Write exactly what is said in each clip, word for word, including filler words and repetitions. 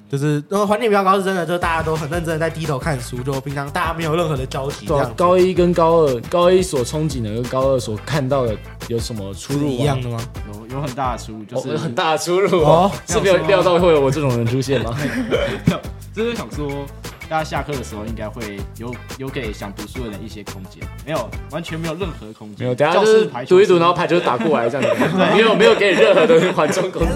就是环境比较高，是真的，就大家都很认真的在低头看书，就平常大家没有任何的交集。 对、啊，高一跟高二，高一所憧憬的跟高二所看到的有什么出入？ 一样的吗？ 有有很大的出入，就是、 哦、有很大的出入哦。是没有料到会有我这种人出现吗？ 就是想说，大家下课的时候应该会有有给想读书的人一些空间，没有，完全没有任何空间。 没有，等下就是读一读，然后牌就打过来这样子，没有没有给你任何的缓冲空间。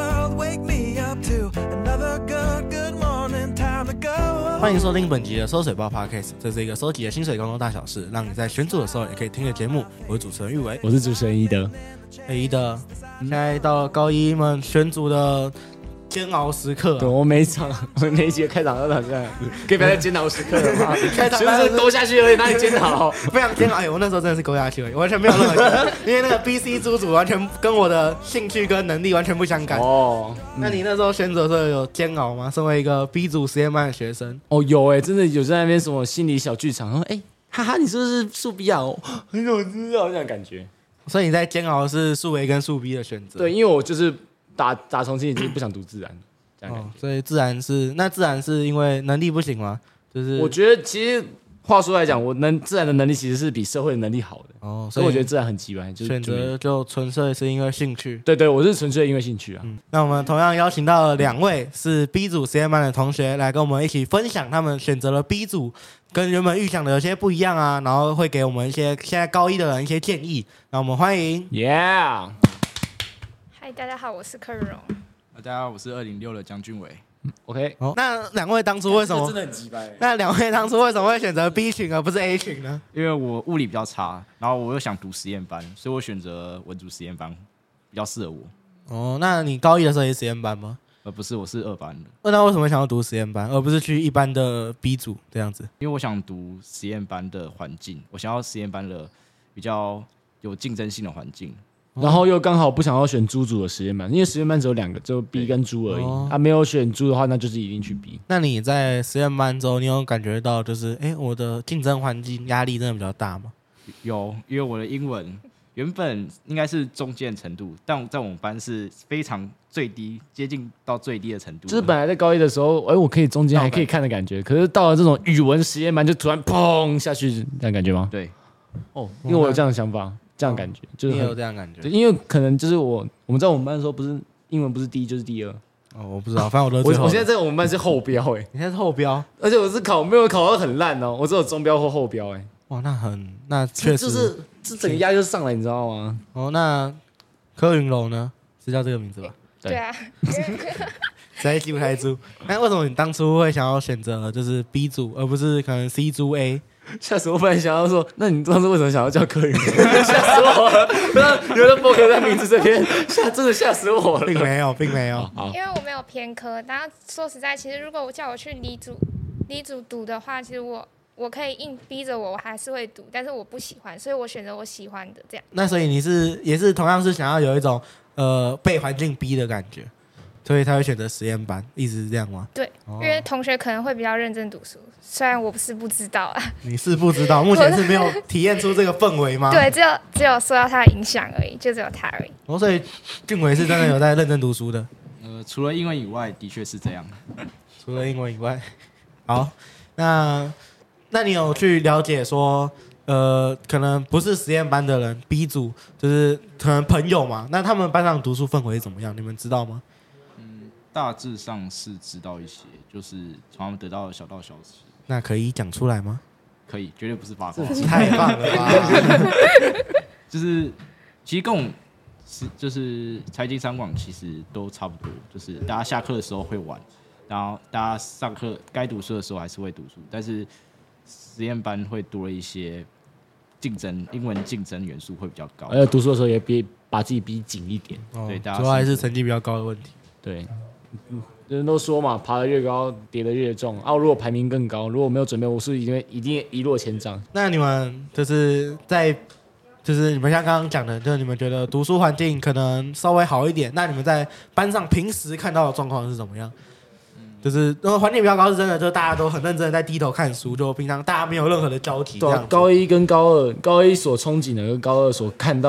欢迎收听本集的收水报 Podcast， 这是一个收集的薪水工作大小事，让你在选组的时候也可以听的节目。我是主持人玉伟， 我是主持人一德。 哎，一德，现在到了高一们选组的煎熬时刻、啊。 对，我每一场，我每一集的开场都好像，可以不要再煎熬时刻了吗？开场就是勾下去而已，哪里煎熬？非常煎熬。哎，我那时候真的是勾下去而已，完全没有任何煎熬，因为那个 B C 猪组完全跟我的兴趣跟能力完全不相干。哦，嗯、那你那时候选组的时候有煎熬吗？身为一个 B 组实验班的学生， 哦，有哎、欸，真的有在那边什么心理小剧场，说哎、欸，哈哈，你是不是数 B 啊？你怎么知道这样感觉？ 所以你在煎熬的是数 A 跟数 B 的选择。 对，因为我就是打打从心里就是不想读自然。 哦，所以自然是那自然是因为能力不行吗？就是我觉得其实话说来讲，我能自然的能力其实是比社会的能力好的哦，所以我觉得自然很奇怪，就是选择就纯粹是因为兴趣。 对对，我是纯粹因为兴趣啊。 嗯，那我们同样邀请到了两位是 B 组实验班的同学来跟我们一起分享他们选择了 B 组跟原本预想的有些不一样啊，然后会给我们一些现在高一的人一些建议。那我们欢迎 ，Yeah， 嗨，大家好，我是柯荣。 大家好，我是二零六的江俊伟。 OK， 哦，那两位当初为什么？ 真的很鸡掰。 那两位当初为什么会选择 B 群而不是 A 群呢？ 因为我物理比较差，然后我又想读实验班，所以我选择文组实验班比较适合我。 哦，那你高一的时候也是实验班吗？ 呃，不是，我是二班的。 那为什么想要读实验班，而不是去一般的 B 组这样子？ 因为我想读实验班的环境，我想要实验班的比较有竞争性的环境。 然后又刚好不想要选猪组的实验班，因为实验班只有两个，只有 B 跟猪而已。哦、啊，没有选猪的话，那就是一定去 B。 那你在实验班之后，你有感觉到就是，哎，我的竞争环境压力真的比较大吗？ 有，因为我的英文原本应该是中间程度，但在我们班是非常最低，接近到最低的程度。 就是本来在高一的时候，哎，我可以中间还可以看的感觉，可是到了这种语文实验班，就突然砰下去，这样感觉吗？ 对。 哦，因为我有这样的想法。这样感觉，就是你也有这样感觉， 因为可能就是我，我们在我们班的时候，不是英文不是第一就是第二。 哦，我不知道，反正我都是我我现在在我们班是后标哎、欸， 你现在是后标， 而且我是考没有考到很烂哦，我只有中标或后标哎、欸。 哇，那很那确实就是这整个压力就上来，你知道吗？ 哦，那柯云柔呢？是叫这个名字吧？ 对啊， 实在记不太住。那为什么你当初会想要选择就是 B 组，而不是可能 C 组 A？ 吓死我！本来想要说，那你当时为什么想要叫柯云柔？吓死我了！有的 focus 在名字这边，吓真的吓死我了。 并没有，并没有。 因为我没有偏科，然后说实在，其实如果我叫我去理组理组读的话，其实我我可以硬逼着我，我还是会读，但是我不喜欢，所以我选择我喜欢的这样。 那所以你是也是同样是想要有一种呃被环境逼的感觉。所以他会选择实验班，意思是这样吗？ 对，哦、因为同学可能会比较认真读书，虽然我不是不知道啊。 你是不知道，目前是没有体验出这个氛围吗？ 对，只有只有受到他的影响而已，就只有他而已。 哦，所以俊伟是真的有在认真读书的。 呃，除了英文以外，的确是这样。 除了英文以外，好，那那你有去了解说，呃，可能不是实验班的人 ，B 组就是可能朋友嘛，那他们班上读书氛围怎么样？你们知道吗？ 大致上是知道一些，就是从他们得到的小道消息。 那可以讲出来吗？ 可以，绝对不是八卦。 太棒了吧！ 就是其实跟我们是就是财经商管其实都差不多，就是大家下课的时候会玩，然后大家上课该读书的时候还是会读书，但是实验班会多了一些竞争，英文竞争元素会比较高。 而且读书的时候也逼把自己逼紧一点， 哦、 对，大家主要还是成绩比较高的问题。 对。人都说嘛，爬得越高，跌得越重。啊，如果排名更高，如果没有准备，我是一定一定一落千丈。 那你们就是在，就是你们像刚刚讲的，就是你们觉得读书环境可能稍微好一点，那你们在班上平时看到的状况是怎么样？就是环境比较高，是真的，就大家都很认真的在低头看书，就平常大家没有任何的交集。这样、啊， 高一跟高二，高一所憧憬的跟高二所看到的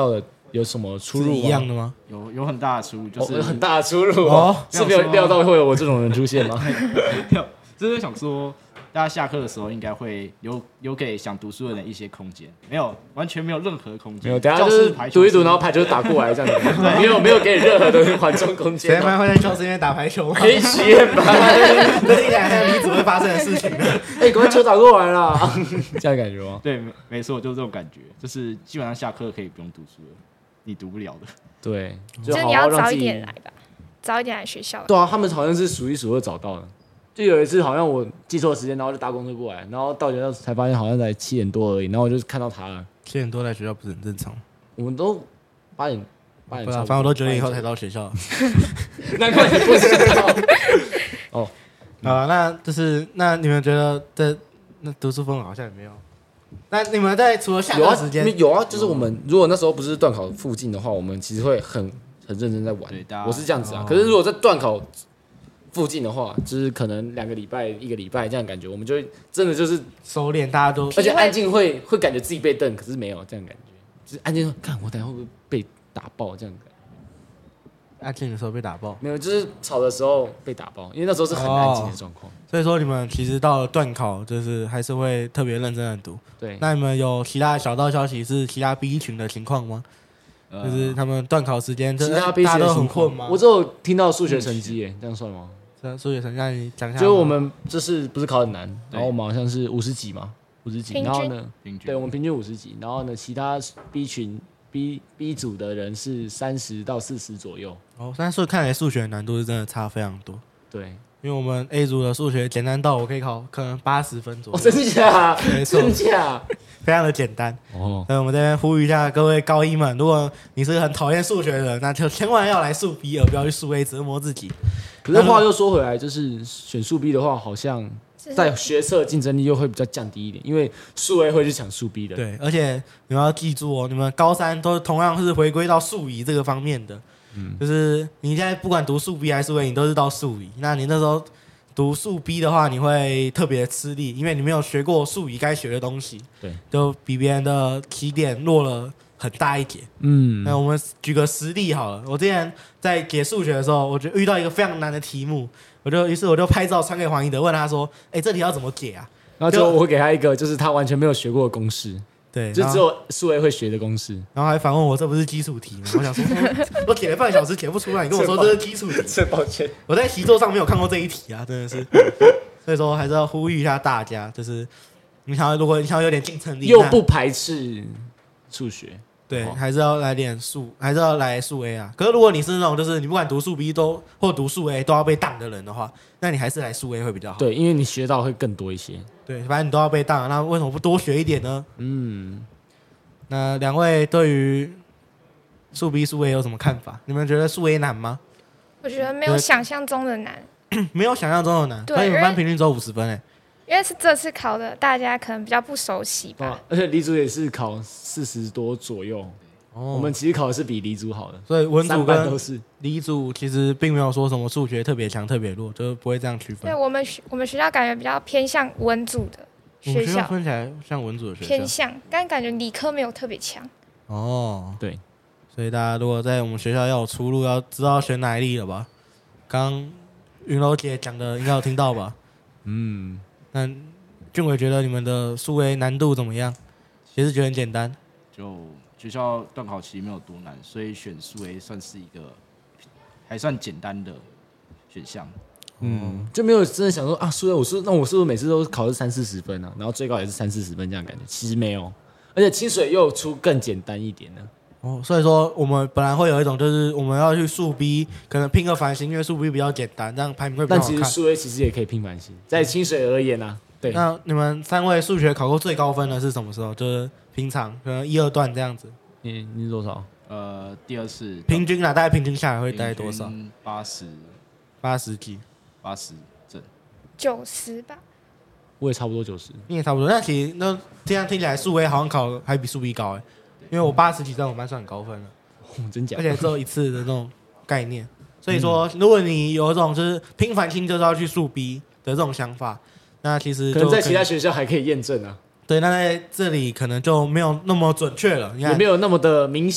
有什么出入一样的吗？ 有有很大的出入，就是、 哦、有很大的出入哦， 是没有料到会有我这种人出现吗？ 没有，就是想说。大家下课的时候应该会留留给想读书的人一些空间，没有，完全没有任何空间。 没有，等下就是读一读，然后排球打过来这样子，没有没有给你任何的缓冲空间。 谁们会在教室里面打排球吗？ 可以实验吧？ 这听起来还有离组会发生的事情。 哎，赶快球打过来啦！这样感觉吗？ 对，没没错，就是这种感觉，就是基本上下课可以不用读书了，你读不了的。 对， 就是你要早一点来吧，早一点来学校。 对啊，他们好像是数一数二找到的。就有一次，好像我记错时间，然后就搭公车过来，然后到学校才发现好像才七点多而已，然后我就看到他了。 七点多在学校不是很正常？ 我们都八点八点， 反正我都九点以后才到学校。 难怪你不知道。哦， 好啊，那就是那你们觉得这那读书风好像也没有。那你们在除了下课时间有啊，有啊，就是我们如果那时候不是段考附近的话，我们其实会很很认真在玩。我是这样子啊，可是如果在段考附近的话，就是可能两个礼拜、一个礼拜这样感觉，我们就会真的就是收敛，大家都而且安静会会感觉自己被瞪，可是没有这样感觉，就是安静说，看我等一下会不会被打爆这样感觉。 安静的时候被打爆， 没有，就是吵的时候被打爆，因为那时候是很安静的状况。 哦，所以说你们其实到了段考，就是还是会特别认真的读。 对， 那你们有其他小道消息是其他 B 群的情况吗？呃、就是他们段考时间， 其他 B 大家都很混吗？ 我只有听到数学成绩，耶，这样算吗？ 数学成绩，那你讲一下。 就是我们就是不是考很难，然后我们好像是五十几嘛，五十几，然后呢，对，我们平均五十几，然后呢，其他 B 群 B B 组的人是三十到四十左右。 哦，但是看来数学难度是真的差非常多。 对， 因为我们 A 组的数学简单到我可以考可能八十分左右。 哦，真假？ 没错， 真假？ 非常的简单哦。 所以我们这边呼吁一下各位高一们，如果你是很讨厌数学的人，那就千万要来数 B， 而不要去数 A 折磨自己。 可是话又说回来，就是选数 B 的话，好像在学测竞争力又会比较降低一点，因为数 A 会去抢数 B 的。 对，而且你们要记住哦，你们高三都同样是回归到数乙这个方面的，嗯，就是你现在不管读数 B 还是数 A， 你都是到数乙。那你那时候读数 B 的话，你会特别吃力，因为你没有学过数乙该学的东西， 对， 就比别人的起点落了很大一截。 嗯， 那我们举个实例好了。我之前在解数学的时候，我就遇到一个非常难的题目，我就于是我就拍照传给黄一德，问他说：“哎、欸，这题要怎么解啊？” 然后就我会给他一个，就是他完全没有学过的公式， 对， 就只有数 A 会学的公式， 然后还反问我这不是基础题吗？我想说，我解了半小时解不出来，你跟我说这是基础题， 真抱歉， 我在习作上没有看过这一题啊，真的是。所以说还是要呼吁一下大家，就是你想要，如果你想要有点竞争力， 又不排斥数学。 对，还是要来点数，还是要来数 A 啊。可是如果你是那种就是你不管读数 B 都或读数 A 都要被当的人的话，那你还是来数 A 会比较好。 对，因为你学到会更多一些。 对，反正你都要被当，那为什么不多学一点呢？ 嗯， 那两位对于数 B 数 A 有什么看法？你们觉得数 A 难吗？ 我觉得没有想象中的难， 没有想象中的难。所以你们班平均只有五十分哎、欸。 因为是这次考的，大家可能比较不熟悉吧。 哦、而且理组也是考四十多左右、哦，我们其实考的是比理组好的， 所以文组跟都是理组其实并没有说什么数学特别强、特别弱，就是不会这样区分。 对我们学我们学校感觉比较偏向文组的学校， 我们学校分起来像文组的学校偏向，但感觉理科没有特别强。 哦， 对， 所以大家如果在我们学校要有出路，要知道选哪一例了吧？刚云柔姐讲的应该有听到吧？嗯，那。俊伟觉得你们的数 A 难度怎么样？也是觉得很简单。 就学校段考其实没有多难，所以选数 A 算是一个还算简单的选项。 嗯，就没有真的想说啊，数 A 我是那我是不是每次都考是三四十分啊？然后最高也是三四十分这样感觉，其实没有，而且清水又出更简单一点呢。 哦，所以说我们本来会有一种就是我们要去数 B， 可能拼个繁星，因为数 B 比较简单，这样排名会比较好看。 但其实数 A 其实也可以拼繁星，在清水而言啊。对， 那你们三位数学考过最高分的是什么时候？就是平常可能一二段这样子。 你你是多少？ 呃，第二次平均啦，大概平均下来会大概多少？ 八十， 八十几， 八十正， 九十吧。 我也差不多九十， 你也差不多。那其实那这样听起来，数 A 好像考还比数 B 高哎、欸，因为我八十几在我们班算很高分了， 哦、真假？ 而且只有一次的那种概念。所以说，如果你有一种就是拼繁星就是要去数 B 的这种想法。那其实可能在其他学校还可以验证啊。 对，那在这里可能就没有那么准确了，你看也没有那么的明显。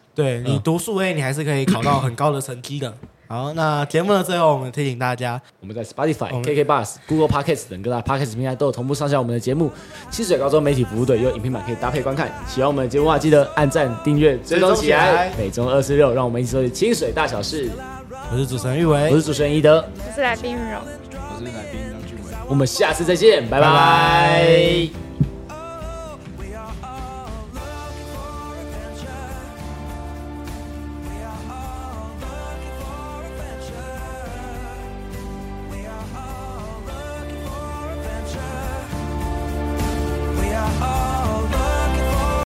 对你读数 A， 你还是可以考到很高的成绩的。好，那节目的最后，我们提醒大家， 我们在 Spotify、K K Bus、Google Podcast 等各大 Podcast 平台都有同步上架我们的节目。清水高中媒体服务队有影片版可以搭配观看。喜欢我们的节目的话，记得按赞、订阅、追踪起来。每周二四六，让我们一起收集清水大小事。 我是主持人玉维， 我是主持人宜德， 我是来宾玉荣， 我是来宾张俊伟。 我们下次再见，拜拜。拜拜。